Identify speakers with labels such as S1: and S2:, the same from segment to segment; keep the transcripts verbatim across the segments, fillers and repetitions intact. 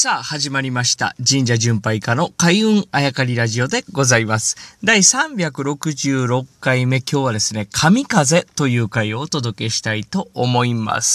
S1: さあ始まりました。神社巡拝家の開運あやかりラジオでございます。だいさんびゃくろくじゅうろっかいめ、今日はですね、神風という回をお届けしたいと思います。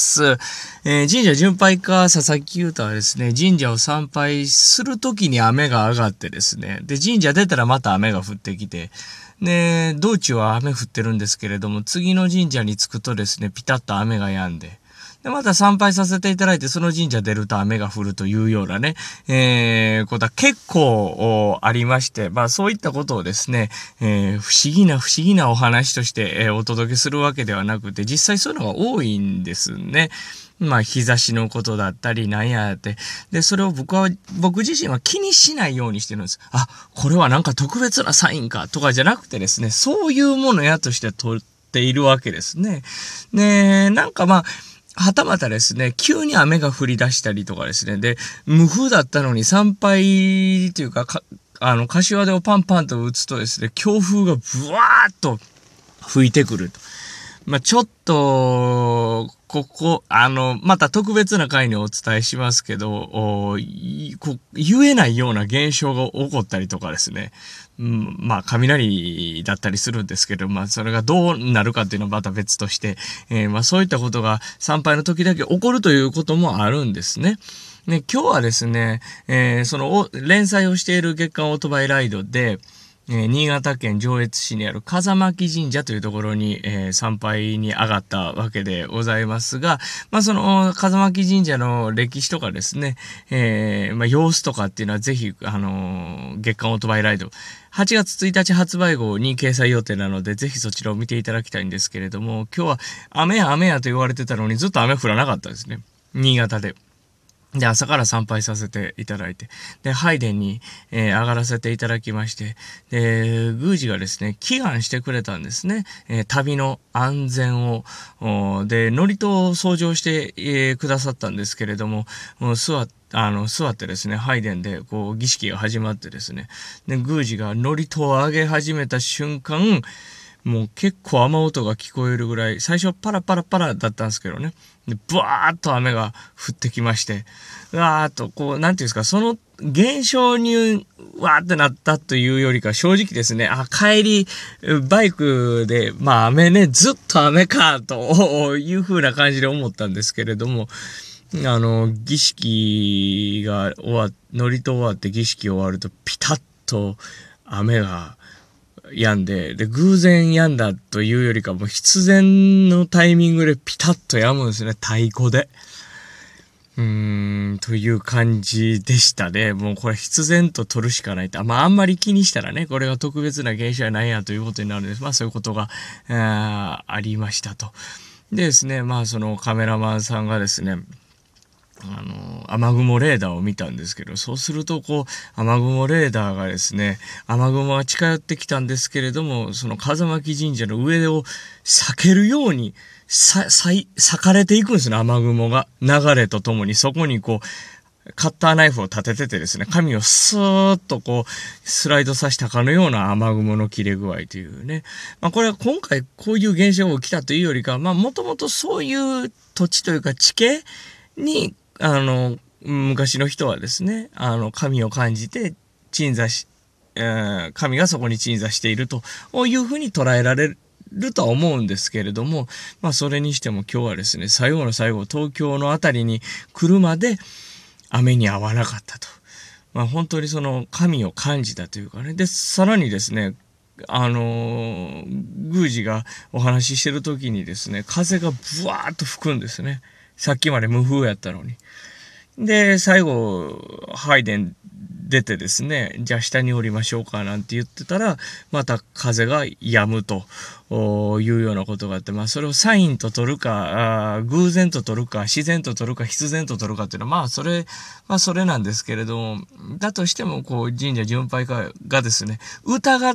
S1: えー、神社巡拝家佐々木優太はですね、神社を参拝するときに雨が上がってですね、で、神社出たらまた雨が降ってきて、で、道中は雨降ってるんですけれども、次の神社に着くとですね、ピタッと雨が止んで、で、また参拝させていただいて、その神社出ると雨が降るというようなね、えー、ことは結構ありまして、まあそういったことをですね、えー、不思議な不思議なお話として、えー、お届けするわけではなくて、実際そういうのが多いんですね。まあ日差しのことだったりなんやって。で、それを僕は、僕自身は気にしないようにしてるんです。あ、これはなんか特別なサインかとかじゃなくてですね、そういうものやとして取っているわけですね。ね、なんかまあ、はたまたですね、急に雨が降り出したりとかですね、で、無風だったのに参拝というか、か、あの、柏手をパンパンと打つとですね、強風がブワーッと吹いてくると。まあ、ちょっと、ここ、あの、また特別な回にお伝えしますけど、おこ言えないような現象が起こったりとかですね、うん、まあ、雷だったりするんですけど、まあ、それがどうなるかっていうのはまた別として、えー、まあ、そういったことが参拝の時だけ起こるということもあるんですね。ね、今日はですね、えー、その、連載をしている月刊オートバイライドで、えー、新潟県上越市にある風巻神社というところに、えー、参拝に上がったわけでございますが、まあその風巻神社の歴史とかですね、えー、まあ様子とかっていうのはぜひ、あのー、月刊オートバイライド、はちがつついたち発売号に掲載予定なので、ぜひそちらを見ていただきたいんですけれども、今日は雨や雨やと言われてたのにずっと雨降らなかったですね。新潟で。で、朝から参拝させていただいて、で、拝殿に、えー、上がらせていただきまして、で、宮司がですね、祈願してくれたんですね。えー、旅の安全を、で、祝詞を掃除をして、えー、くださったんですけれども、もう座って、あの、座ってですね、拝殿で、こう、儀式が始まってですね、で、宮司が祝詞を上げ始めた瞬間、もう結構雨音が聞こえるぐらい、最初パラパラパラだったんですけどね。で、ブワーッと雨が降ってきまして、うわーっと、こう、なんていうんですか、その現象に、わーってなったというよりか、正直ですね、あ、帰り、バイクで、まあ雨ね、ずっと雨か、という風な感じで思ったんですけれども、あの、儀式が終わ、祝詞終わって儀式終わると、ピタッと雨が、止んで、で、偶然止んだというよりかも必然のタイミングでピタッと止むんですね、太鼓で。うーん、という感じでしたね。もうこれ必然と取るしかないと。まああんまり気にしたらね、これが特別な現象やないやということになるんです。まあそういうことが、あ, ありましたと。でですね、まあそのカメラマンさんがですね、あの、雨雲レーダーを見たんですけど、そうすると、こう、雨雲レーダーがですね、雨雲が近寄ってきたんですけれども、その風巻神社の上を避けるように、さ、さい、裂かれていくんですね、雨雲が。流れとともに、そこにこう、カッターナイフを立てててですね、紙をスーッとこう、スライドさせたかのような雨雲の切れ具合というね。まあこれは今回こういう現象が起きたというよりか、まあもともとそういう土地というか地形に、あの、昔の人はですね、あの、神を感じて鎮座し、えー、神がそこに鎮座しているというふうに捉えられるとは思うんですけれども、まあそれにしても今日はですね、最後の最後、東京のあたりに来るまで雨に合わなかったと。まあ本当にその神を感じたというかね。で、さらにですね、あのー、宮司がお話ししてる時にですね、風がブワーッと吹くんですね。さっきまで無風やったのに。で、最後、拝殿出てですね、じゃあ下に降りましょうかなんて言ってたら、また風が止むというようなことがあって、まあそれをサインと取るか、あ偶然と取るか、自然と取るか、必然と取るかっていうのは、まあそれ、まあそれなんですけれども、だとしても、こう神社巡拝家がですね、疑っ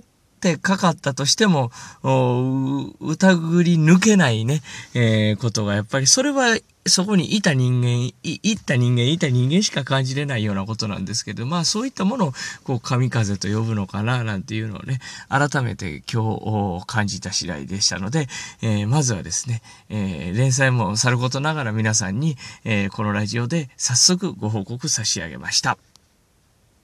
S1: ってかかったとしても、疑り抜けないね、えー、ことがやっぱり、それはそこにいた人間、い、いった人間、いた人間しか感じれないようなことなんですけど、まあそういったものを、こう、神風と呼ぶのかな、なんていうのをね、改めて今日感じた次第でしたので、えー、まずはですね、えー、連載もさることながら皆さんに、えー、このラジオで早速ご報告差し上げました。